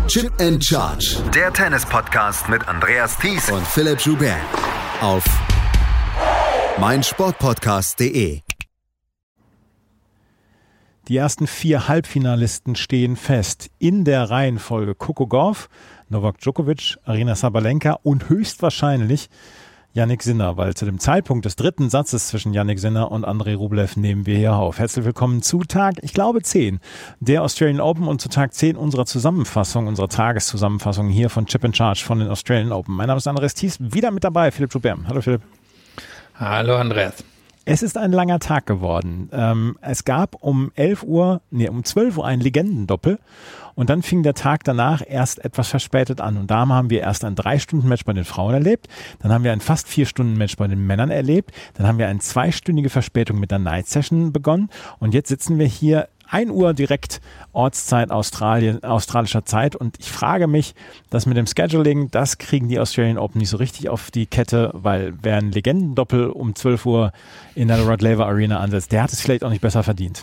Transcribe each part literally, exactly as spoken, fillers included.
Chip and Charge. Der Tennis-Podcast mit Andreas Thies und Philipp Joubert. Auf meinsportpodcast punkt de. Die ersten vier Halbfinalisten stehen fest. In der Reihenfolge Coco Gauff, Novak Djokovic, Aryna Sabalenka und höchstwahrscheinlich Jannik Sinner, weil zu dem Zeitpunkt des dritten Satzes zwischen Jannik Sinner und Andrei Rublev nehmen wir hier auf. Herzlich willkommen zu Tag, ich glaube zehn, der Australian Open und zu Tag zehn unserer Zusammenfassung, unserer Tageszusammenfassung hier von Chip and Charge von den Australian Open. Mein Name ist Andreas Thies, wieder mit dabei, Philipp Joubert. Hallo Philipp. Hallo Andreas. Es ist ein langer Tag geworden. Ähm, es gab um elf Uhr, nee, um zwölf Uhr ein Legendendoppel und dann fing der Tag danach erst etwas verspätet an. Und da haben wir erst ein drei-Stunden-Match bei den Frauen erlebt, dann haben wir ein fast vier-Stunden-Match bei den Männern erlebt, dann haben wir eine zweistündige Verspätung mit der Night-Session begonnen und jetzt sitzen wir hier ein Uhr direkt Ortszeit Australien, australischer Zeit und ich frage mich, das mit dem Scheduling, das kriegen die Australian Open nicht so richtig auf die Kette, weil wer ein Legendendoppel um zwölf Uhr in der Rod Laver Arena ansetzt, der hat es vielleicht auch nicht besser verdient.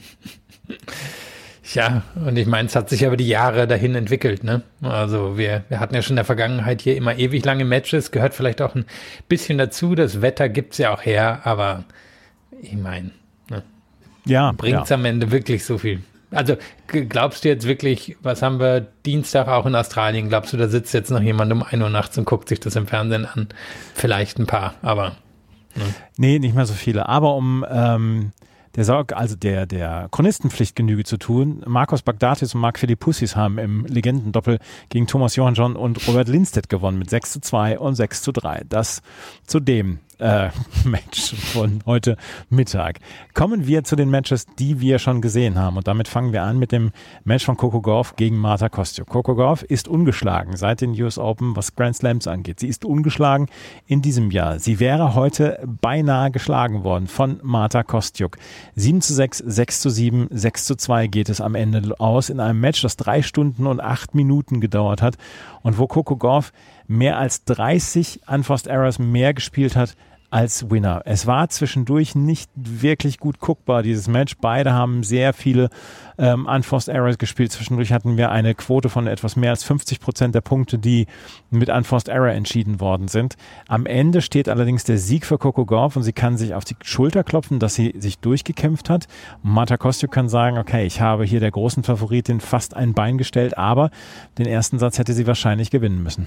Ja, und ich meine, es hat sich aber die Jahre dahin entwickelt, ne? Also wir, wir hatten ja schon in der Vergangenheit hier immer ewig lange Matches, gehört vielleicht auch ein bisschen dazu, das Wetter gibt's ja auch her, aber ich meine, ne? Ja, bringt's ja. am Ende wirklich so viel? Also glaubst du jetzt wirklich, was haben wir Dienstag auch in Australien, glaubst du, da sitzt jetzt noch jemand um ein Uhr nachts und guckt sich das im Fernsehen an? Vielleicht ein paar, aber... Ne. Nee, nicht mehr so viele, aber um... Ähm Der Sorg, also der, der Chronistenpflicht Genüge zu tun. Marcos Baghdatis und Mark Philippoussis haben im Legendendoppel gegen Thomas Johansson und Robert Lindstedt gewonnen mit sechs zu zwei und sechs zu drei. Das zu dem äh, Match von heute Mittag. Kommen wir zu den Matches, die wir schon gesehen haben. Und damit fangen wir an mit dem Match von Coco Gauff gegen Marta Kostyuk. Coco Gauff ist ungeschlagen seit den U S Open, was Grand Slams angeht. Sie ist ungeschlagen in diesem Jahr. Sie wäre heute beinahe geschlagen worden von Marta Kostyuk. sieben zu sechs, sechs zu sieben, sechs zu zwei geht es am Ende aus in einem Match, das drei Stunden und acht Minuten gedauert hat und wo Coco Gauff mehr als dreißig Unforced Errors mehr gespielt hat als Winner. Es war zwischendurch nicht wirklich gut guckbar, dieses Match. Beide haben sehr viele ähm, Unforced Errors gespielt. Zwischendurch hatten wir eine Quote von etwas mehr als fünfzig Prozent der Punkte, die mit Unforced Error entschieden worden sind. Am Ende steht allerdings der Sieg für Coco Gauff und sie kann sich auf die Schulter klopfen, dass sie sich durchgekämpft hat. Marta Kostyuk kann sagen, okay, ich habe hier der großen Favoritin fast ein Bein gestellt, aber den ersten Satz hätte sie wahrscheinlich gewinnen müssen.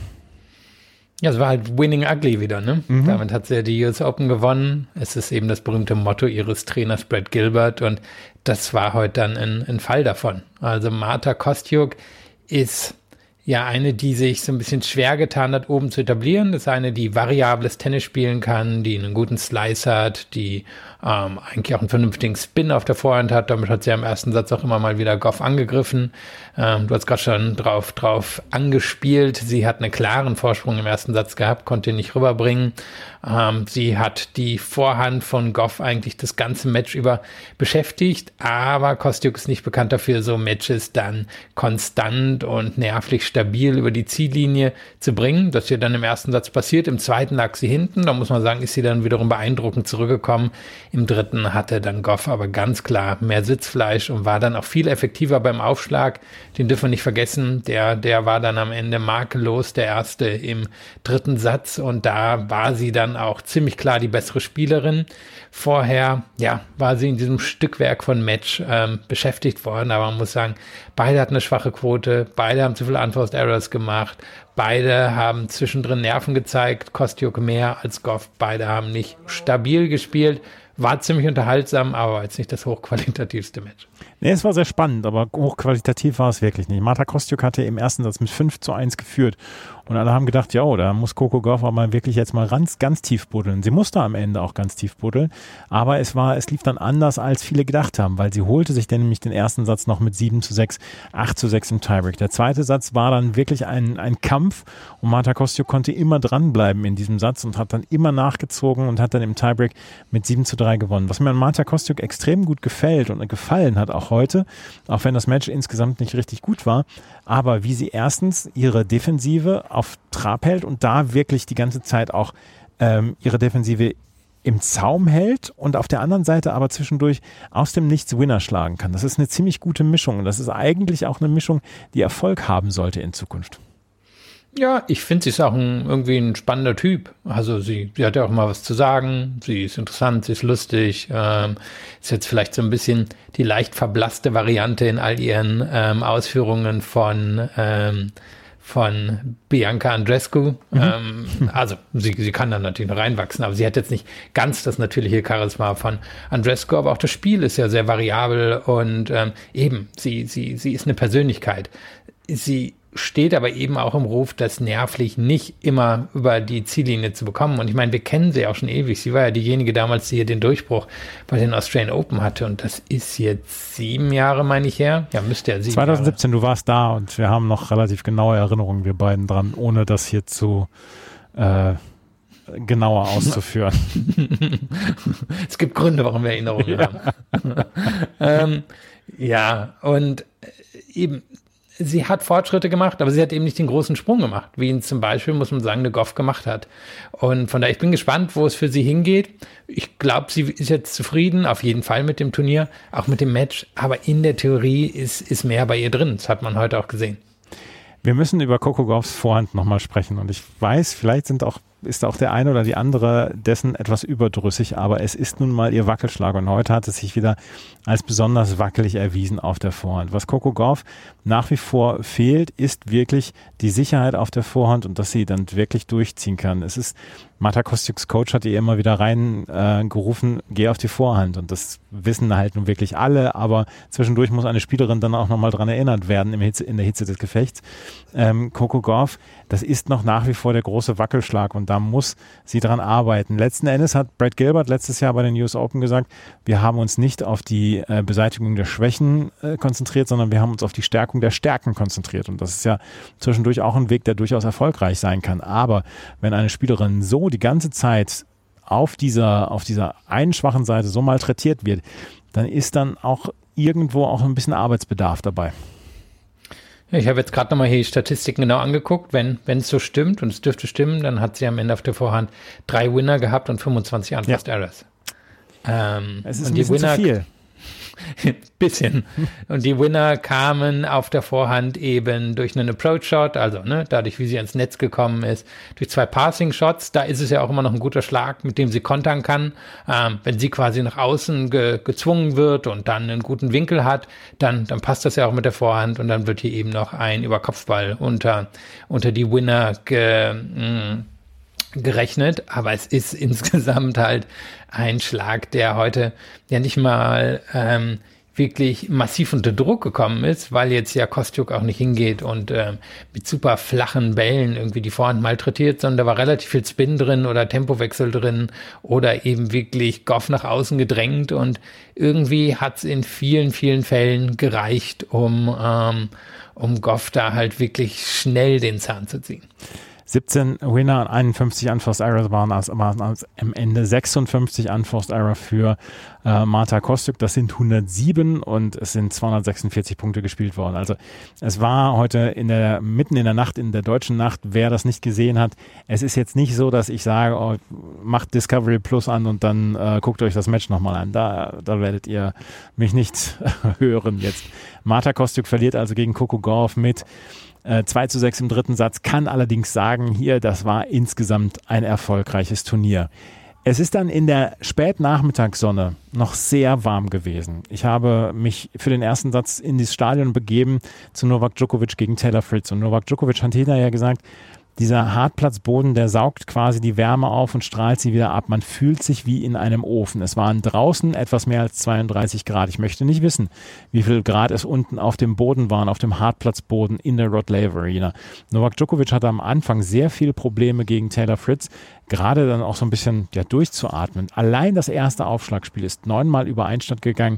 Ja, es war halt Winning Ugly wieder, ne? Mhm. Damit hat sie ja die U S Open gewonnen. Es ist eben das berühmte Motto ihres Trainers Brad Gilbert und das war heute dann ein, ein Fall davon. Also Marta Kostyuk ist ja eine, die sich so ein bisschen schwer getan hat, oben zu etablieren. Das ist eine, die variables Tennis spielen kann, die einen guten Slice hat, die ähm, eigentlich auch einen vernünftigen Spin auf der Vorhand hat. Damit hat sie am ersten Satz auch immer mal wieder Gauff angegriffen. Ähm, du hast gerade schon drauf, drauf angespielt. Sie hat einen klaren Vorsprung im ersten Satz gehabt, konnte ihn nicht rüberbringen. Ähm, sie hat die Vorhand von Gauff eigentlich das ganze Match über beschäftigt, aber Kostyuk ist nicht bekannt dafür, so Matches dann konstant und nervlich stabil über die Ziellinie zu bringen. Das ist ja dann im ersten Satz passiert. Im zweiten lag sie hinten. Da muss man sagen, ist sie dann wiederum beeindruckend zurückgekommen. Im dritten hatte dann Gauff aber ganz klar mehr Sitzfleisch und war dann auch viel effektiver beim Aufschlag. Den dürfen wir nicht vergessen. Der, der war dann am Ende makellos, der erste im dritten Satz. Und da war sie dann auch ziemlich klar die bessere Spielerin. Vorher, ja, war sie in diesem Stückwerk von Match ähm, beschäftigt worden. Aber man muss sagen, beide hatten eine schwache Quote. Beide haben zu viele Unforced Errors gemacht. Beide haben zwischendrin Nerven gezeigt. Kostyuk mehr als Gauff. Beide haben nicht stabil gespielt. War ziemlich unterhaltsam, aber jetzt nicht das hochqualitativste Match. Nee, es war sehr spannend, aber hochqualitativ war es wirklich nicht. Marta Kostyuk hatte im ersten Satz mit fünf zu eins geführt und alle haben gedacht, ja, da muss Coco Gauff aber mal wirklich jetzt mal ganz, ganz tief buddeln. Sie musste am Ende auch ganz tief buddeln, aber es war, es lief dann anders, als viele gedacht haben, weil sie holte sich dann nämlich den ersten Satz noch mit sieben zu sechs, acht zu sechs im Tiebreak. Der zweite Satz war dann wirklich ein, ein Kampf und Marta Kostyuk konnte immer dranbleiben in diesem Satz und hat dann immer nachgezogen und hat dann im Tiebreak mit sieben zu drei gewonnen. Was mir an Marta Kostyuk extrem gut gefällt und gefallen hat auch heute, auch wenn das Match insgesamt nicht richtig gut war, aber wie sie erstens ihre Defensive auf Trab hält und da wirklich die ganze Zeit auch ähm, ihre Defensive im Zaum hält und auf der anderen Seite aber zwischendurch aus dem Nichts Winner schlagen kann. Das ist eine ziemlich gute Mischung und das ist eigentlich auch eine Mischung, die Erfolg haben sollte in Zukunft. Ja, ich finde, sie ist auch ein, irgendwie ein spannender Typ. Also sie, sie hat ja auch mal was zu sagen, sie ist interessant, sie ist lustig, ähm, ist jetzt vielleicht so ein bisschen die leicht verblasste Variante in all ihren ähm, Ausführungen von ähm, von Bianca Andreescu. Mhm. Ähm, also sie, sie kann dann natürlich noch reinwachsen, aber sie hat jetzt nicht ganz das natürliche Charisma von Andreescu, aber auch das Spiel ist ja sehr variabel und ähm, eben, sie, sie, sie ist eine Persönlichkeit. Sie steht aber eben auch im Ruf, das nervlich nicht immer über die Ziellinie zu bekommen. Und ich meine, wir kennen sie auch schon ewig. Sie war ja diejenige damals, die hier den Durchbruch bei den Australian Open hatte. Und das ist jetzt sieben Jahre, meine ich, her. Ja, müsste ja sieben zwanzig siebzehn, Jahre. Du warst da und wir haben noch relativ genaue Erinnerungen, wir beiden dran, ohne das hier zu äh, genauer auszuführen. Es gibt Gründe, warum wir Erinnerungen ja. haben. ähm, ja, und eben sie hat Fortschritte gemacht, aber sie hat eben nicht den großen Sprung gemacht, wie ihn zum Beispiel, muss man sagen, eine Goff gemacht hat. Und von daher, ich bin gespannt, wo es für sie hingeht. Ich glaube, sie ist jetzt zufrieden, auf jeden Fall mit dem Turnier, auch mit dem Match. Aber in der Theorie ist, ist mehr bei ihr drin. Das hat man heute auch gesehen. Wir müssen über Coco Gauffs Vorhand nochmal sprechen. Und ich weiß, vielleicht sind auch, ist auch der eine oder die andere dessen etwas überdrüssig, aber es ist nun mal ihr Wackelschlag. Und heute hat es sich wieder als besonders wackelig erwiesen auf der Vorhand. Was Coco Gauff nach wie vor fehlt, ist wirklich die Sicherheit auf der Vorhand und dass sie dann wirklich durchziehen kann. Es ist, Marta Kostyuks Coach hat ihr immer wieder reingerufen, äh, geh auf die Vorhand. Und das wissen halt nun wirklich alle, aber zwischendurch muss eine Spielerin dann auch nochmal dran erinnert werden im Hitze, in der Hitze des Gefechts. Ähm, Coco Gauff, das ist noch nach wie vor der große Wackelschlag und da muss sie dran arbeiten. Letzten Endes hat Brad Gilbert letztes Jahr bei den U S Open gesagt, wir haben uns nicht auf die äh, Beseitigung der Schwächen äh, konzentriert, sondern wir haben uns auf die Stärkung der Stärken konzentriert. Und das ist ja zwischendurch auch ein Weg, der durchaus erfolgreich sein kann. Aber wenn eine Spielerin so die ganze Zeit auf dieser, auf dieser einen schwachen Seite so malträtiert wird, dann ist dann auch irgendwo auch ein bisschen Arbeitsbedarf dabei. Ja, ich habe jetzt gerade nochmal hier die Statistiken genau angeguckt. Wenn wenn es so stimmt, und es dürfte stimmen, dann hat sie am Ende auf der Vorhand drei Winner gehabt und fünfundzwanzig Unforced ja. Errors. Ähm, es ist ein bisschen Winner, zu viel. Bisschen. Und die Winner kamen auf der Vorhand eben durch einen Approach-Shot, also ne, dadurch, wie sie ans Netz gekommen ist, durch zwei Passing-Shots. Da ist es ja auch immer noch ein guter Schlag, mit dem sie kontern kann. Ähm, wenn sie quasi nach außen ge- gezwungen wird und dann einen guten Winkel hat, dann, dann passt das ja auch mit der Vorhand und dann wird hier eben noch ein Überkopfball unter, unter die Winner ge, mh, gerechnet, aber es ist insgesamt halt ein Schlag, der heute ja nicht mal ähm, wirklich massiv unter Druck gekommen ist, weil jetzt ja Kostyuk auch nicht hingeht und ähm, mit super flachen Bällen irgendwie die Vorhand malträtiert, sondern da war relativ viel Spin drin oder Tempowechsel drin oder eben wirklich Gauff nach außen gedrängt und irgendwie hat es in vielen, vielen Fällen gereicht, um, ähm, um Gauff da halt wirklich schnell den Zahn zu ziehen. siebzehn Winner und einundfünfzig Unforced Errors waren, als, waren als am Ende sechsundfünfzig Unforced Error für äh, Marta Kostyuk. Das sind hundertsieben und es sind zweihundertsechsundvierzig Punkte gespielt worden. Also es war heute in der mitten in der Nacht, in der deutschen Nacht, wer das nicht gesehen hat. Es ist jetzt nicht so, dass ich sage, oh, macht Discovery Plus an und dann äh, guckt euch das Match nochmal an. Da, da werdet ihr mich nicht hören jetzt. Marta Kostyuk verliert also gegen Coco Gauff mit zwei zu sechs im dritten Satz, kann allerdings sagen, hier, das war insgesamt ein erfolgreiches Turnier. Es ist dann in der Spätnachmittagssonne noch sehr warm gewesen. Ich habe mich für den ersten Satz in das Stadion begeben zu Novak Djokovic gegen Taylor Fritz. Und Novak Djokovic hat hinterher gesagt, dieser Hartplatzboden, der saugt quasi die Wärme auf und strahlt sie wieder ab. Man fühlt sich wie in einem Ofen. Es waren draußen etwas mehr als zweiunddreißig Grad. Ich möchte nicht wissen, wie viel Grad es unten auf dem Boden waren, auf dem Hartplatzboden in der Rod Laver Arena. Novak Djokovic hatte am Anfang sehr viele Probleme gegen Taylor Fritz, gerade dann auch so ein bisschen ja, durchzuatmen. Allein das erste Aufschlagspiel ist neunmal über Einstand gegangen.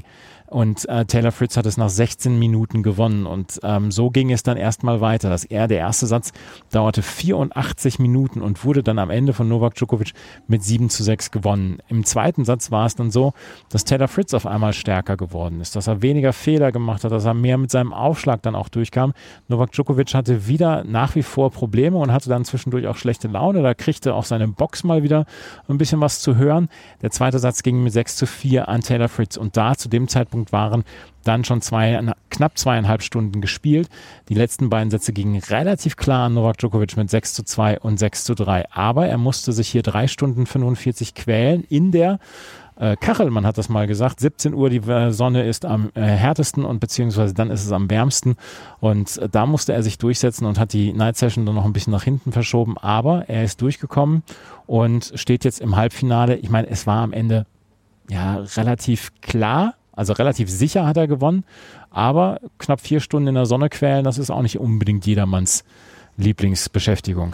Und äh, Taylor Fritz hat es nach sechzehn Minuten gewonnen und ähm, so ging es dann erstmal weiter. Das er, der erste Satz dauerte vierundachtzig Minuten und wurde dann am Ende von Novak Djokovic mit sieben zu sechs gewonnen. Im zweiten Satz war es dann so, dass Taylor Fritz auf einmal stärker geworden ist, dass er weniger Fehler gemacht hat, dass er mehr mit seinem Aufschlag dann auch durchkam. Novak Djokovic hatte wieder nach wie vor Probleme und hatte dann zwischendurch auch schlechte Laune. Da kriegte auch seine Box mal wieder ein bisschen was zu hören. Der zweite Satz ging mit sechs zu vier an Taylor Fritz und da zu dem Zeitpunkt waren dann schon zwei, knapp zweieinhalb Stunden gespielt. Die letzten beiden Sätze gingen relativ klar an Novak Djokovic mit sechs zu zwei und sechs zu drei. Aber er musste sich hier drei Stunden fünfundvierzig quälen in der äh, Kachel, man hat das mal gesagt, siebzehn Uhr, die äh, Sonne ist am äh, härtesten und beziehungsweise dann ist es am wärmsten und äh, da musste er sich durchsetzen und hat die Night Session dann noch ein bisschen nach hinten verschoben, aber er ist durchgekommen und steht jetzt im Halbfinale. Ich meine, es war am Ende ja relativ klar, also relativ sicher hat er gewonnen, aber knapp vier Stunden in der Sonne quälen, das ist auch nicht unbedingt jedermanns Lieblingsbeschäftigung.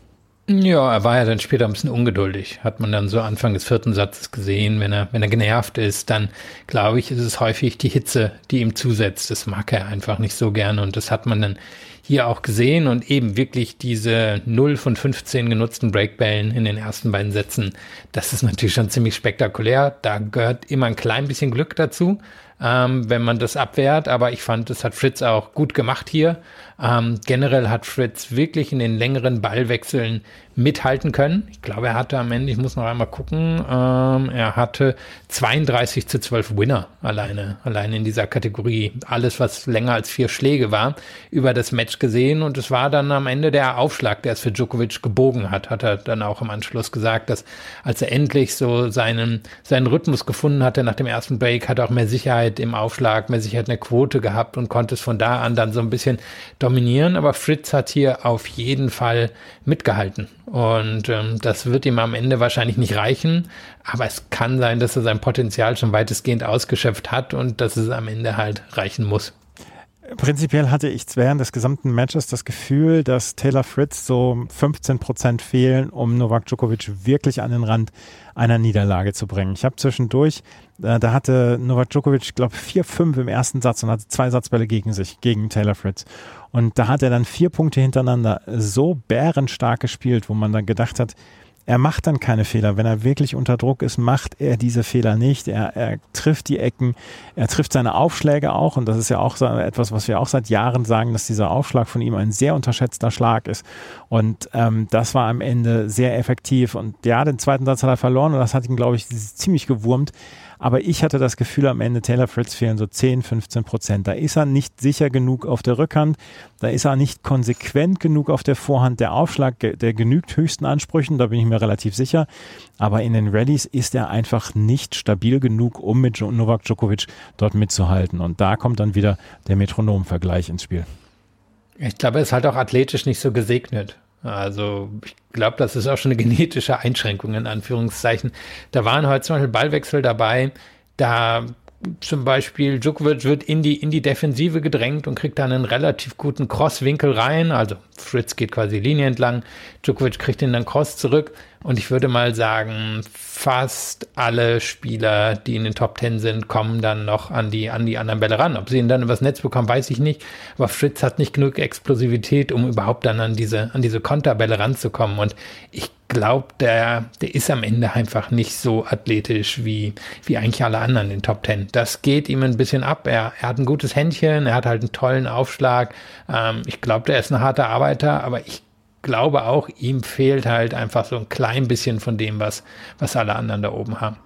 Ja, er war ja dann später ein bisschen ungeduldig, hat man dann so Anfang des vierten Satzes gesehen. Wenn er, wenn er genervt ist, dann glaube ich, ist es häufig die Hitze, die ihm zusetzt. Das mag er einfach nicht so gerne und das hat man dann hier auch gesehen und eben wirklich diese null von fünfzehn genutzten Breakbällen in den ersten beiden Sätzen, das ist natürlich schon ziemlich spektakulär. Da gehört immer ein klein bisschen Glück dazu, ähm, wenn man das abwehrt, aber ich fand, das hat Fritz auch gut gemacht hier. Ähm, generell hat Fritz wirklich in den längeren Ballwechseln mithalten können. Ich glaube, er hatte am Ende, ich muss noch einmal gucken, ähm, er hatte zweiunddreißig zu zwölf Winner alleine, alleine in dieser Kategorie. Alles, was länger als vier Schläge war, über das Match gesehen und es war dann am Ende der Aufschlag, der es für Djokovic gebogen hat, hat er dann auch im Anschluss gesagt, dass als er endlich so seinen, seinen Rhythmus gefunden hatte nach dem ersten Break, hat er auch mehr Sicherheit im Aufschlag, mehr Sicherheit in der Quote gehabt und konnte es von da an dann so ein bisschen dominieren, aber Fritz hat hier auf jeden Fall mitgehalten und ähm, das wird ihm am Ende wahrscheinlich nicht reichen, aber es kann sein, dass er sein Potenzial schon weitestgehend ausgeschöpft hat und dass es am Ende halt reichen muss. Prinzipiell hatte ich während des gesamten Matches das Gefühl, dass Taylor Fritz so fünfzehn Prozent fehlen, um Novak Djokovic wirklich an den Rand einer Niederlage zu bringen. Ich habe zwischendurch, äh, da hatte Novak Djokovic, glaube ich, vier fünf im ersten Satz und hatte zwei Satzbälle gegen sich, gegen Taylor Fritz. Und da hat er dann vier Punkte hintereinander so bärenstark gespielt, wo man dann gedacht hat, er macht dann keine Fehler. Wenn er wirklich unter Druck ist, macht er diese Fehler nicht. Er, er trifft die Ecken, er trifft seine Aufschläge auch und das ist ja auch so etwas, was wir auch seit Jahren sagen, dass dieser Aufschlag von ihm ein sehr unterschätzter Schlag ist und ähm, das war am Ende sehr effektiv und ja, den zweiten Satz hat er verloren und das hat ihn, glaube ich, ziemlich gewurmt. Aber ich hatte das Gefühl, am Ende Taylor Fritz fehlen so zehn, fünfzehn Prozent. Da ist er nicht sicher genug auf der Rückhand, da ist er nicht konsequent genug auf der Vorhand. Der Aufschlag, der genügt höchsten Ansprüchen, da bin ich mir relativ sicher. Aber in den Rallyes ist er einfach nicht stabil genug, um mit Novak Djokovic dort mitzuhalten. Und da kommt dann wieder der Metronom-Vergleich ins Spiel. Ich glaube, er ist halt auch athletisch nicht so gesegnet. Also ich glaube, das ist auch schon eine genetische Einschränkung in Anführungszeichen. Da waren heute zum Beispiel Ballwechsel dabei, da zum Beispiel Djokovic wird in die, in die Defensive gedrängt und kriegt dann einen relativ guten Crosswinkel rein, also Fritz geht quasi Linie entlang, Djokovic kriegt ihn dann Cross zurück und ich würde mal sagen, fast alle Spieler, die in den Top Ten sind, kommen dann noch an die, an die anderen Bälle ran. Ob sie ihn dann übers Netz bekommen, weiß ich nicht, aber Fritz hat nicht genug Explosivität, um überhaupt dann an diese, an diese Konterbälle ranzukommen und ich glaube, der, der ist am Ende einfach nicht so athletisch wie, wie eigentlich alle anderen in den Top Ten. Das geht ihm ein bisschen ab. Er, er hat ein gutes Händchen, er hat halt einen tollen Aufschlag. Ähm, ich glaube, der ist ein harter Arbeiter, aber ich glaube auch, ihm fehlt halt einfach so ein klein bisschen von dem, was, was alle anderen da oben haben.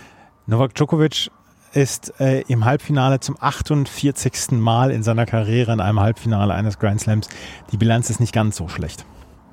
Novak Djokovic ist äh, im Halbfinale zum achtundvierzigsten Mal in seiner Karriere in einem Halbfinale eines Grand Slams. Die Bilanz ist nicht ganz so schlecht.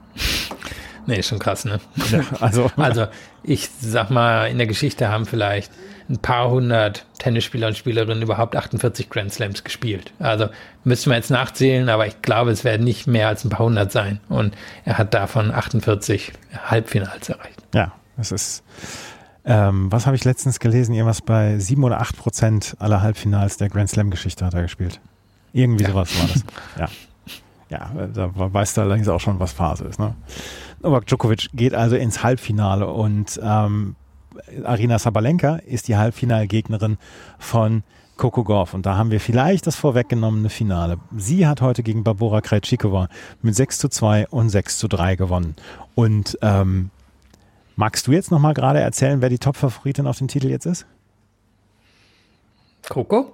Nee, ist schon krass, ne? Ja, also, also ich sag mal, in der Geschichte haben vielleicht ein paar hundert Tennisspieler und Spielerinnen überhaupt achtundvierzig Grand Slams gespielt. Also müssen wir jetzt nachzählen, aber ich glaube, es werden nicht mehr als ein paar hundert sein. Und er hat davon achtundvierzig Halbfinals erreicht. Ja, das ist, ähm, was habe ich letztens gelesen? Irgendwas bei sieben oder acht Prozent aller Halbfinals der Grand Slam-Geschichte hat er gespielt. Irgendwie ja. Sowas war das. Ja. Ja, da weißt du allerdings auch schon, was Phase ist, ne? Novak Djokovic geht also ins Halbfinale und ähm, Aryna Sabalenka ist die Halbfinalgegnerin von Coco Gauff. Und da haben wir vielleicht das vorweggenommene Finale. Sie hat heute gegen Barbora Krejcikova mit sechs zu zwei und sechs zu drei gewonnen. Und ähm, magst du jetzt nochmal gerade erzählen, wer die Top-Favoritin auf den Titel jetzt ist? Coco?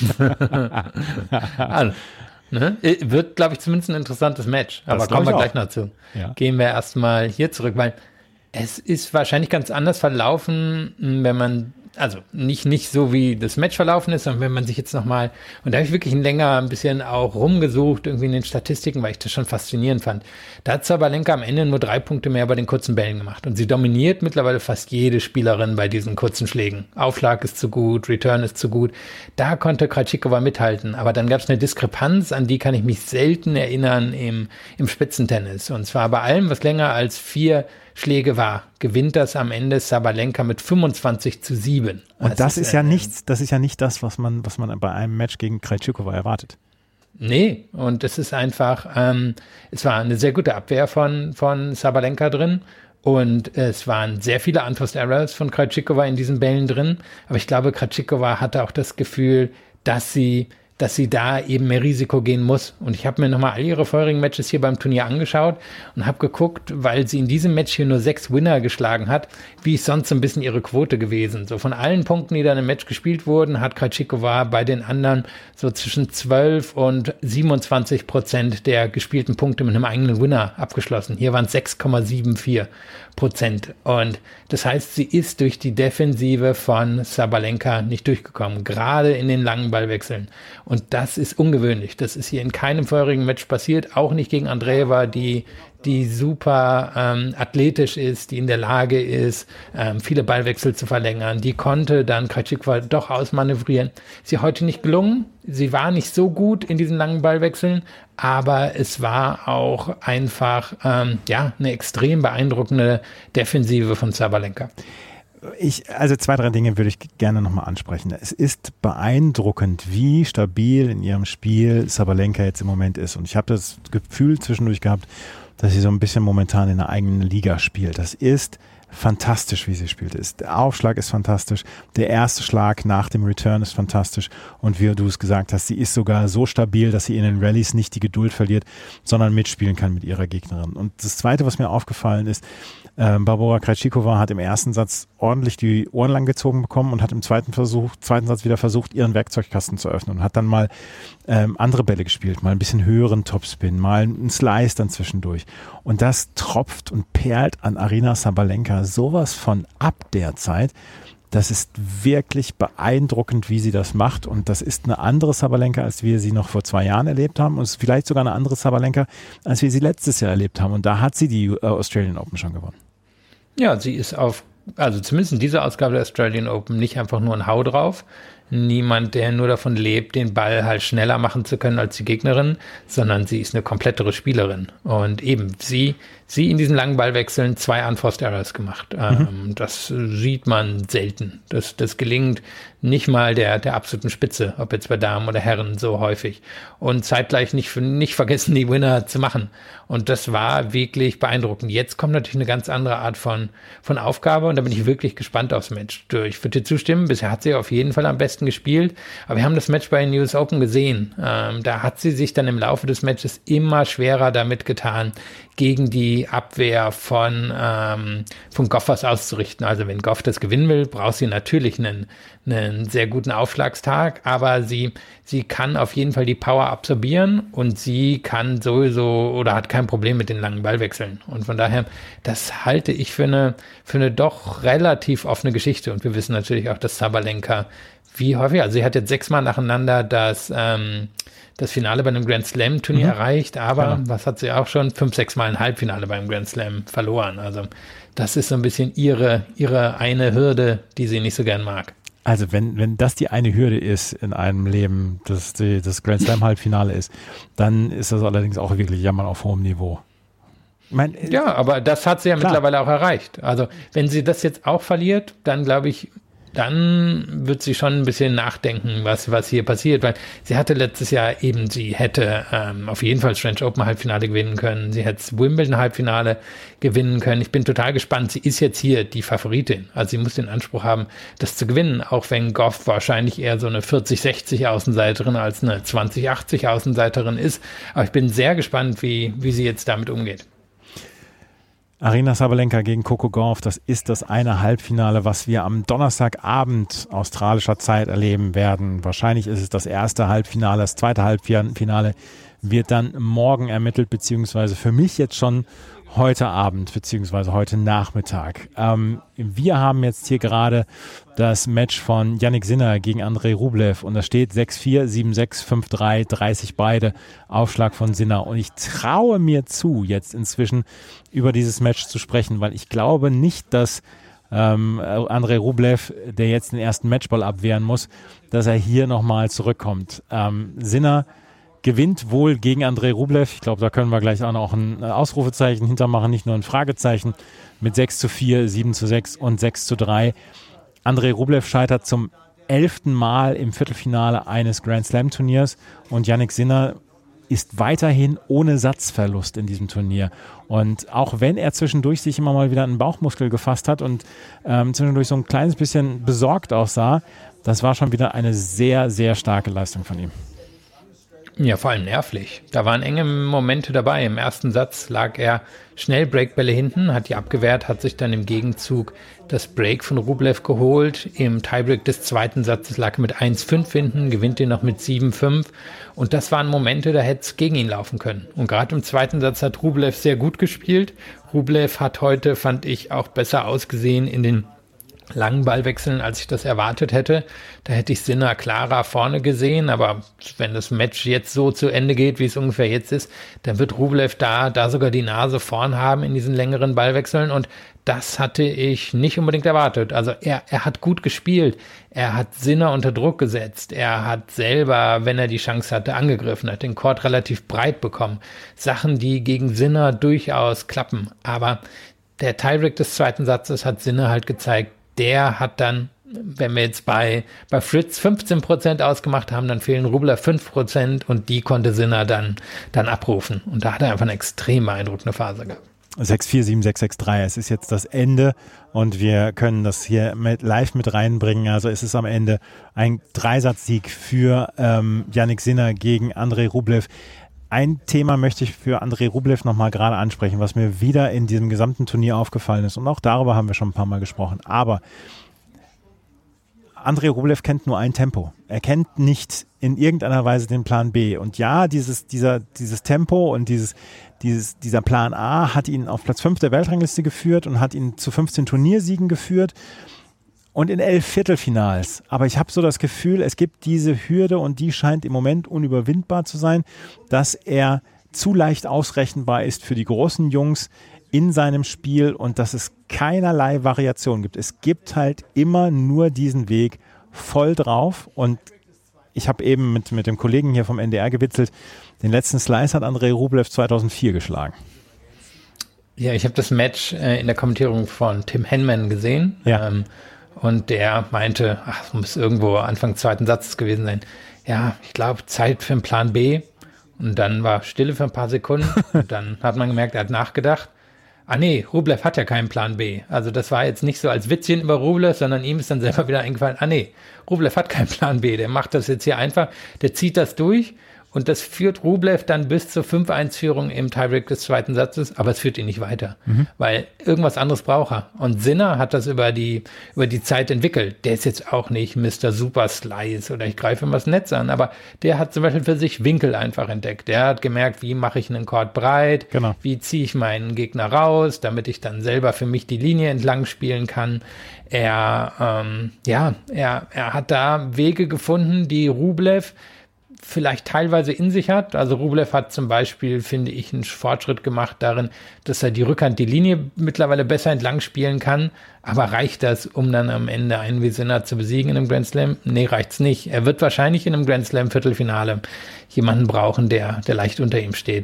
also, ne? Wird, glaube ich, zumindest ein interessantes Match. Aber kommen wir gleich noch zu. Ja. Gehen wir erstmal hier zurück, weil es ist wahrscheinlich ganz anders verlaufen, wenn man, also nicht, nicht so wie das Match verlaufen ist, sondern wenn man sich jetzt nochmal, und da habe ich wirklich länger ein bisschen auch rumgesucht, irgendwie in den Statistiken, weil ich das schon faszinierend fand. Da hat Sabalenka am Ende nur drei Punkte mehr bei den kurzen Bällen gemacht. Und sie dominiert mittlerweile fast jede Spielerin bei diesen kurzen Schlägen. Aufschlag ist zu gut, Return ist zu gut. Da konnte Krejcikova mithalten. Aber dann gab es eine Diskrepanz, an die kann ich mich selten erinnern im, im Spitzentennis. Und zwar bei allem, was länger als vier Schläge war, gewinnt das am Ende Sabalenka mit fünfundzwanzig zu sieben. Und das, das ist, ist ja nichts, das ist ja nicht das, was man, was man bei einem Match gegen Krejcikova erwartet. Nee, und es ist einfach, ähm, es war eine sehr gute Abwehr von, von Sabalenka drin und es waren sehr viele Unforced Errors von Krejcikova in diesen Bällen drin, aber ich glaube, Krejcikova hatte auch das Gefühl, dass sie dass sie da eben mehr Risiko gehen muss. Und ich habe mir nochmal all ihre vorherigen Matches hier beim Turnier angeschaut und habe geguckt, weil sie in diesem Match hier nur sechs Winner geschlagen hat, wie ist sonst so ein bisschen ihre Quote gewesen. So von allen Punkten, die dann im Match gespielt wurden, hat Krejcikova bei den anderen so zwischen zwölf und siebenundzwanzig Prozent der gespielten Punkte mit einem eigenen Winner abgeschlossen. Hier waren es sechs Komma vierundsiebzig Prozent. Und das heißt, sie ist durch die Defensive von Sabalenka nicht durchgekommen, gerade in den langen Ballwechseln. Und das ist ungewöhnlich. Das ist hier in keinem vorherigen Match passiert, auch nicht gegen Andreeva, die die super ähm, athletisch ist, die in der Lage ist, ähm, viele Ballwechsel zu verlängern. Die konnte dann Krejcikova doch ausmanövrieren. Ist ihr heute nicht gelungen. Sie war nicht so gut in diesen langen Ballwechseln, aber es war auch einfach ähm, ja eine extrem beeindruckende Defensive von Sabalenka. Ich, also zwei, drei Dinge würde ich gerne nochmal ansprechen. Es ist beeindruckend, wie stabil in ihrem Spiel Sabalenka jetzt im Moment ist. Und ich habe das Gefühl zwischendurch gehabt, dass sie so ein bisschen momentan in der eigenen Liga spielt. Das ist fantastisch, wie sie spielt. Der Aufschlag ist fantastisch. Der erste Schlag nach dem Return ist fantastisch. Und wie du es gesagt hast, sie ist sogar so stabil, dass sie in den Rallyes nicht die Geduld verliert, sondern mitspielen kann mit ihrer Gegnerin. Und das Zweite, was mir aufgefallen ist, ähm, Barbora Krejcikova hat im ersten Satz ordentlich die Ohren lang gezogen bekommen und hat im zweiten Versuch, zweiten Satz wieder versucht, ihren Werkzeugkasten zu öffnen und hat dann mal ähm, andere Bälle gespielt, mal ein bisschen höheren Topspin, mal einen Slice dann zwischendurch. Und das tropft und perlt an Aryna Sabalenka sowas von ab derzeit. Das ist wirklich beeindruckend, wie sie das macht. Und das ist eine andere Sabalenka, als wir sie noch vor zwei Jahren erlebt haben. Und es ist vielleicht sogar eine andere Sabalenka, als wir sie letztes Jahr erlebt haben. Und da hat sie die äh, Australian Open schon gewonnen. Ja, sie ist auf, also zumindest in dieser Ausgabe der Australian Open nicht einfach nur ein Hau drauf. Niemand, der nur davon lebt, den Ball halt schneller machen zu können als die Gegnerin, sondern sie ist eine komplettere Spielerin. Und eben, sie, sie in diesen langen Ballwechseln zwei Unforced Errors gemacht. Mhm. Ähm, das sieht man selten. Das, das gelingt nicht mal der, der absoluten Spitze, ob jetzt bei Damen oder Herren, so häufig. Und zeitgleich nicht, nicht vergessen, die Winner zu machen. Und das war wirklich beeindruckend. Jetzt kommt natürlich eine ganz andere Art von, von Aufgabe und da bin ich wirklich gespannt aufs Match. Ich würde dir zustimmen, bisher hat sie auf jeden Fall am besten gespielt, aber wir haben das Match bei den U S Open gesehen. Ähm, da hat sie sich dann im Laufe des Matches immer schwerer damit getan, gegen die Abwehr von, ähm, von Gauff was auszurichten. Also wenn Gauff das gewinnen will, braucht sie natürlich einen, einen sehr guten Aufschlagstag, aber sie, sie kann auf jeden Fall die Power absorbieren und sie kann sowieso oder hat kein Problem mit den langen Ballwechseln. Und von daher, das halte ich für eine, für eine doch relativ offene Geschichte. Und wir wissen natürlich auch, dass Sabalenka wie häufig, also sie hat jetzt sechsmal nacheinander das, ähm, das Finale bei einem Grand Slam Turnier mhm. erreicht, aber ja. was hat sie auch schon? Fünf, sechs Mal ein Halbfinale beim Grand Slam verloren. Also das ist so ein bisschen ihre, ihre eine Hürde, die sie nicht so gern mag. Also wenn, wenn das die eine Hürde ist in einem Leben, dass die, das Grand Slam Halbfinale ist, dann ist das allerdings auch wirklich Jammern auf hohem Niveau. Ich mein, ja, aber das hat sie ja klar. mittlerweile auch erreicht. Also wenn sie das jetzt auch verliert, dann glaube ich, dann wird sie schon ein bisschen nachdenken, was, was hier passiert, weil sie hatte letztes Jahr eben, sie hätte ähm, auf jeden Fall das French Open Halbfinale gewinnen können, sie hätte das Wimbledon Halbfinale gewinnen können. Ich bin total gespannt, sie ist jetzt hier die Favoritin, also sie muss den Anspruch haben, das zu gewinnen, auch wenn Gauff wahrscheinlich eher so eine vierzig sechzig Außenseiterin als eine zwanzig achtzig Außenseiterin ist, aber ich bin sehr gespannt, wie, wie sie jetzt damit umgeht. Aryna Sabalenka gegen Coco Gauff, das ist das eine Halbfinale, was wir am Donnerstagabend australischer Zeit erleben werden. Wahrscheinlich ist es das erste Halbfinale, das zweite Halbfinale wird dann morgen ermittelt, beziehungsweise für mich jetzt schon heute Abend, beziehungsweise heute Nachmittag. Ähm, wir haben jetzt hier gerade das Match von Jannik Sinner gegen Andrei Rublev und da steht sechs vier, sieben sechs, fünf drei, dreißig beide, Aufschlag von Sinner. Und ich traue mir zu, jetzt inzwischen über dieses Match zu sprechen, weil ich glaube nicht, dass ähm, Andrei Rublev, der jetzt den ersten Matchball abwehren muss, dass er hier nochmal zurückkommt. Ähm, Sinner gewinnt wohl gegen Andrei Rublev. Ich glaube, da können wir gleich auch noch ein Ausrufezeichen hintermachen, nicht nur ein Fragezeichen, mit sechs zu vier, sieben zu sechs und sechs zu drei. Andrei Rublev scheitert zum elften Mal im Viertelfinale eines Grand Slam Turniers und Jannik Sinner ist weiterhin ohne Satzverlust in diesem Turnier. Und auch wenn er zwischendurch sich immer mal wieder einen Bauchmuskel gefasst hat und ähm, zwischendurch so ein kleines bisschen besorgt aussah, das war schon wieder eine sehr, sehr starke Leistung von ihm. Ja, vor allem nervlich. Da waren enge Momente dabei. Im ersten Satz lag er schnell Breakbälle hinten, hat die abgewehrt, hat sich dann im Gegenzug das Break von Rublev geholt. Im Tiebreak des zweiten Satzes lag er mit eins fünf hinten, gewinnt den noch mit sieben fünf. Und das waren Momente, da hätte es gegen ihn laufen können. Und gerade im zweiten Satz hat Rublev sehr gut gespielt. Rublev hat heute, fand ich, auch besser ausgesehen in den langen Ballwechseln, als ich das erwartet hätte. Da hätte ich Sinner klarer vorne gesehen, aber wenn das Match jetzt so zu Ende geht, wie es ungefähr jetzt ist, dann wird Rublev da, da sogar die Nase vorn haben in diesen längeren Ballwechseln und das hatte ich nicht unbedingt erwartet. Also er, er hat gut gespielt, er hat Sinner unter Druck gesetzt, er hat selber, wenn er die Chance hatte, angegriffen, hat den Court relativ breit bekommen. Sachen, die gegen Sinner durchaus klappen, aber der Tiebreak des zweiten Satzes hat Sinner halt gezeigt, der hat dann, wenn wir jetzt bei, bei Fritz fünfzehn Prozent ausgemacht haben, dann fehlen Rublev fünf Prozent und die konnte Sinner dann, dann abrufen. Und da hat er einfach eine extrem beeindruckende Phase gehabt. sechs vier, sieben sechs, sechs drei, es ist jetzt das Ende und wir können das hier mit, live mit reinbringen. Also es ist am Ende ein Dreisatzsieg für ähm, Jannik Sinner gegen Andrei Rublev. Ein Thema möchte ich für Andrei Rublev nochmal gerade ansprechen, was mir wieder in diesem gesamten Turnier aufgefallen ist. Und auch darüber haben wir schon ein paar Mal gesprochen. Aber Andrei Rublev kennt nur ein Tempo. Er kennt nicht in irgendeiner Weise den Plan B. Und ja, dieses, dieser, dieses Tempo und dieses, dieses, dieser Plan A hat ihn auf Platz fünf der Weltrangliste geführt und hat ihn zu fünfzehn Turniersiegen geführt. Und in elf Viertelfinals. Aber ich habe so das Gefühl, es gibt diese Hürde und die scheint im Moment unüberwindbar zu sein, dass er zu leicht ausrechenbar ist für die großen Jungs in seinem Spiel und dass es keinerlei Variation gibt. Es gibt halt immer nur diesen Weg voll drauf und ich habe eben mit, mit dem Kollegen hier vom N D R gewitzelt, den letzten Slice hat Andrei Rublev zweitausendvier geschlagen. Ja, ich habe das Match äh, in der Kommentierung von Tim Henman gesehen. Ja. Ähm, Und der meinte, ach, es muss irgendwo Anfang zweiten Satzes gewesen sein. Ja, ich glaube, Zeit für einen Plan B. Und dann war Stille für ein paar Sekunden. Und dann hat man gemerkt, er hat nachgedacht. Ah nee, Rublev hat ja keinen Plan B. Also das war jetzt nicht so als Witzchen über Rublev, sondern ihm ist dann selber wieder eingefallen, ah nee, Rublev hat keinen Plan B. Der macht das jetzt hier einfach, der zieht das durch. Und das führt Rublev dann bis zur fünf eins Führung im Tiebreak des zweiten Satzes, aber es führt ihn nicht weiter, mhm. weil irgendwas anderes braucht er. Und Sinner hat das über die, über die Zeit entwickelt. Der ist jetzt auch nicht Mister Super Slice oder ich greife immer das Netz an, aber der hat zum Beispiel für sich Winkel einfach entdeckt. Der hat gemerkt, wie mache ich einen Court breit, genau. Wie ziehe ich meinen Gegner raus, damit ich dann selber für mich die Linie entlang spielen kann. Er, ähm, ja, er, er hat da Wege gefunden, die Rublev vielleicht teilweise in sich hat. Also Rublev hat zum Beispiel, finde ich, einen Fortschritt gemacht darin, dass er die Rückhand, die Linie mittlerweile besser entlang spielen kann. Aber reicht das, um dann am Ende einen wie Sinner zu besiegen in einem Grand Slam? Nee, reicht's nicht. Er wird wahrscheinlich in einem Grand Slam Viertelfinale jemanden brauchen, der, der leicht unter ihm steht.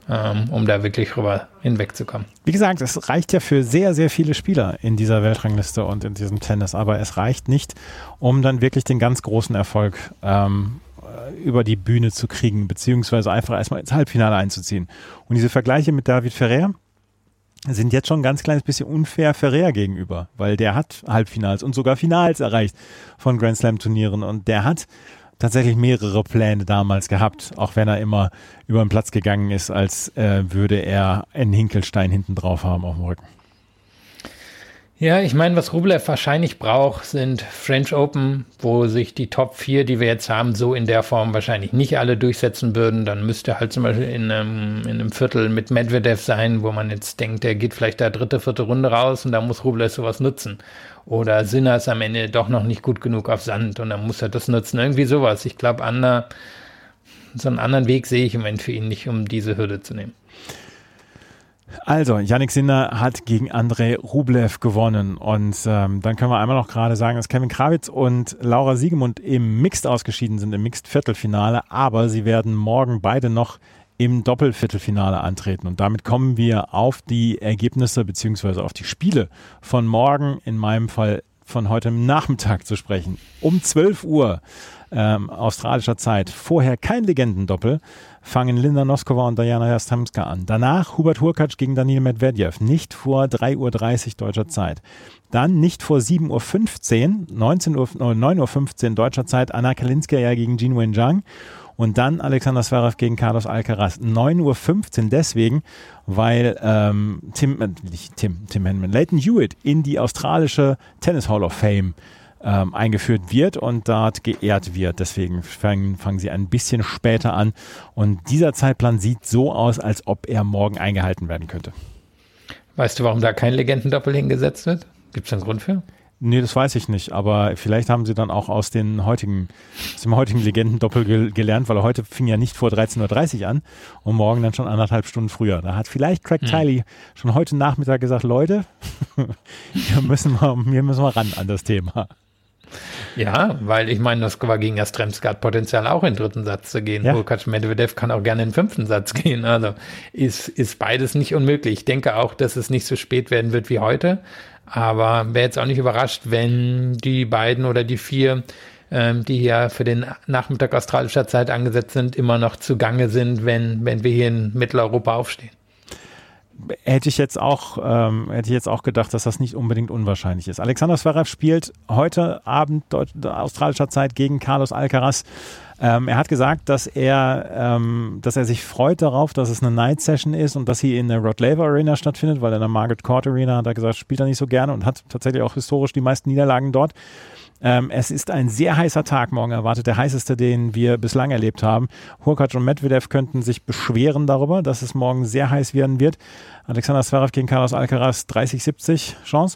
ähm, um da wirklich rüber hinwegzukommen. Wie gesagt, es reicht ja für sehr, sehr viele Spieler in dieser Weltrangliste und in diesem Tennis, aber es reicht nicht, um dann wirklich den ganz großen Erfolg ähm, über die Bühne zu kriegen, beziehungsweise einfach erstmal ins Halbfinale einzuziehen. Und diese Vergleiche mit David Ferrer sind jetzt schon ein ganz kleines bisschen unfair Ferrer gegenüber, weil der hat Halbfinals und sogar Finals erreicht von Grand Slam Turnieren und der hat tatsächlich mehrere Pläne damals gehabt, auch wenn er immer über den Platz gegangen ist, als äh, würde er einen Hinkelstein hinten drauf haben auf dem Rücken. Ja, ich meine, was Rublev wahrscheinlich braucht, sind French Open, wo sich die Top vier, die wir jetzt haben, so in der Form wahrscheinlich nicht alle durchsetzen würden. Dann müsste halt zum Beispiel in einem, in einem Viertel mit Medvedev sein, wo man jetzt denkt, der geht vielleicht da dritte, vierte Runde raus und da muss Rublev sowas nutzen. Oder Sinner ist am Ende doch noch nicht gut genug auf Sand und dann muss er das nutzen. Irgendwie sowas. Ich glaube, Anna, so einen anderen Weg sehe ich im Moment für ihn nicht, um diese Hürde zu nehmen. Also, Jannik Sinner hat gegen Andrei Rublev gewonnen und ähm, dann können wir einmal noch gerade sagen, dass Kevin Krawitz und Laura Siegemund im Mixed ausgeschieden sind, im Mixed-Viertelfinale, aber sie werden morgen beide noch im Doppelviertelfinale antreten und damit kommen wir auf die Ergebnisse beziehungsweise auf die Spiele von morgen, in meinem Fall von heute Nachmittag zu sprechen. Um zwölf Uhr ähm, australischer Zeit, vorher kein Legendendoppel, fangen Linda Noskova und Diana Jastrzemska an. Danach Hubert Hurkacz gegen Daniil Medvedev, nicht vor drei Uhr dreißig deutscher Zeit. Dann nicht vor sieben Uhr fünfzehn, neunzehn Uhr, neun Uhr fünfzehn deutscher Zeit, Anna Kalinskaya gegen Jin Wen-Zhang. Und dann Alexander Zverev gegen Carlos Alcaraz. neun Uhr fünfzehn deswegen, weil ähm, Tim, äh, nicht Tim, Tim Henman, Lleyton Hewitt in die australische Tennis Hall of Fame ähm, eingeführt wird und dort geehrt wird. Deswegen fangen, fangen sie ein bisschen später an. Und dieser Zeitplan sieht so aus, als ob er morgen eingehalten werden könnte. Weißt du, warum da kein Legendendoppel hingesetzt wird? Gibt es einen Grund für? Nee, das weiß ich nicht, aber vielleicht haben sie dann auch aus den heutigen, aus dem heutigen Legendendoppel ge- gelernt, weil er heute fing ja nicht vor dreizehn Uhr dreißig an und morgen dann schon anderthalb Stunden früher. Da hat vielleicht Craig hm. Tiley schon heute Nachmittag gesagt, Leute, wir müssen mal, wir müssen mal ran an das Thema. Ja, weil ich meine, das war gegen Jastrzemska hat Potenzial auch in den dritten Satz zu gehen. Ja. Hurkacz Medvedev kann auch gerne in den fünften Satz gehen. Also ist, ist beides nicht unmöglich. Ich denke auch, dass es nicht so spät werden wird wie heute. Aber wäre jetzt auch nicht überrascht, wenn die beiden oder die vier, ähm, die hier für den Nachmittag australischer Zeit angesetzt sind, immer noch zugange sind, wenn, wenn wir hier in Mitteleuropa aufstehen. Hätte ich jetzt auch, ähm, hätte ich jetzt auch gedacht, dass das nicht unbedingt unwahrscheinlich ist. Alexander Zverev spielt heute Abend Deut- australischer Zeit gegen Carlos Alcaraz. Ähm, er hat gesagt, dass er, ähm, dass er sich freut darauf, dass es eine Night Session ist und dass sie in der Rod Laver Arena stattfindet, weil in der Margaret Court Arena, hat er gesagt, spielt er nicht so gerne und hat tatsächlich auch historisch die meisten Niederlagen dort. Ähm, es ist ein sehr heißer Tag morgen erwartet, der heißeste, den wir bislang erlebt haben. Hurkacz und Medvedev könnten sich beschweren darüber, dass es morgen sehr heiß werden wird. Alexander Zverev gegen Carlos Alcaraz, dreißig siebzig Chance?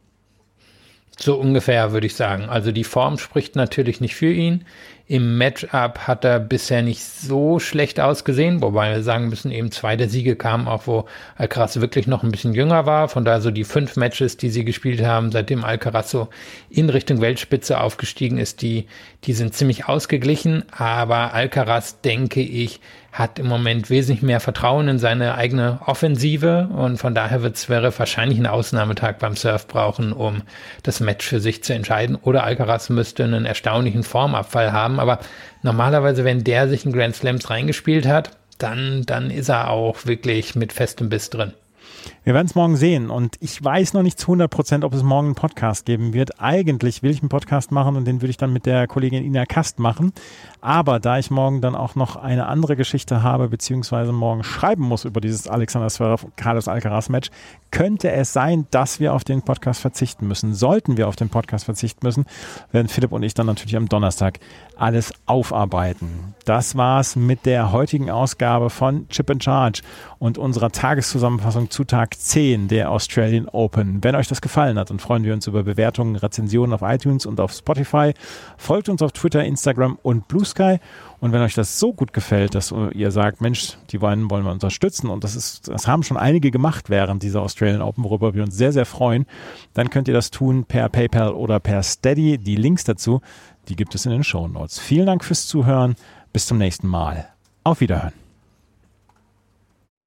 So ungefähr, würde ich sagen. Also die Form spricht natürlich nicht für ihn. Im Matchup hat er bisher nicht so schlecht ausgesehen, wobei wir sagen müssen, eben zwei der Siege kamen auch, wo Alcaraz wirklich noch ein bisschen jünger war. Von daher so die fünf Matches, die sie gespielt haben, seitdem Alcaraz so in Richtung Weltspitze aufgestiegen ist, die, die sind ziemlich ausgeglichen. Aber Alcaraz, denke ich, hat im Moment wesentlich mehr Vertrauen in seine eigene Offensive und von daher wird Zverev wahrscheinlich einen Ausnahmetag beim Surf brauchen, um das Match für sich zu entscheiden. Oder Alcaraz müsste einen erstaunlichen Formabfall haben, aber normalerweise, wenn der sich in Grand Slams reingespielt hat, dann, dann ist er auch wirklich mit festem Biss drin. Wir werden es morgen sehen und ich weiß noch nicht zu hundert Prozent, ob es morgen einen Podcast geben wird. Eigentlich will ich einen Podcast machen und den würde ich dann mit der Kollegin Ina Kast machen. Aber da ich morgen dann auch noch eine andere Geschichte habe, beziehungsweise morgen schreiben muss über dieses Alexander Zverev Carlos Alcaraz Match, könnte es sein, dass wir auf den Podcast verzichten müssen. Sollten wir auf den Podcast verzichten müssen, werden Philipp und ich dann natürlich am Donnerstag alles aufarbeiten. Das war's mit der heutigen Ausgabe von Chip and Charge und unserer Tageszusammenfassung zu Tag zehn der Australian Open. Wenn euch das gefallen hat, dann freuen wir uns über Bewertungen, Rezensionen auf iTunes und auf Spotify. Folgt uns auf Twitter, Instagram und Blue Sky. Und wenn euch das so gut gefällt, dass ihr sagt, Mensch, die beiden wollen wir unterstützen und das ist, das haben schon einige gemacht während dieser Australian Open, worüber wir uns sehr, sehr freuen, dann könnt ihr das tun per PayPal oder per Steady. Die Links dazu, die gibt es in den Shownotes. Vielen Dank fürs Zuhören. Bis zum nächsten Mal. Auf Wiederhören.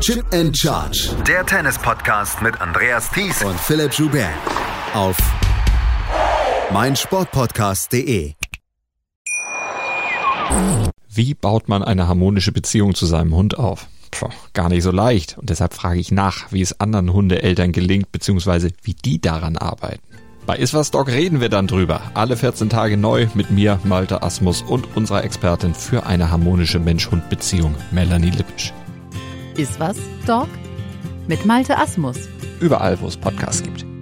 Chip and Charge. Der Tennis-Podcast mit Andreas Thies und Philipp Joubert. Auf meinsportpodcast punkt de. Wie baut man eine harmonische Beziehung zu seinem Hund auf? Puh, gar nicht so leicht. Und deshalb frage ich nach, wie es anderen Hundeeltern gelingt, beziehungsweise wie die daran arbeiten. Bei Iswas Dog reden wir dann drüber. Alle vierzehn Tage neu mit mir, Malte Asmus, und unserer Expertin für eine harmonische Mensch-Hund-Beziehung, Melanie Lippisch. Iswas Dog mit Malte Asmus. Überall, wo es Podcasts gibt.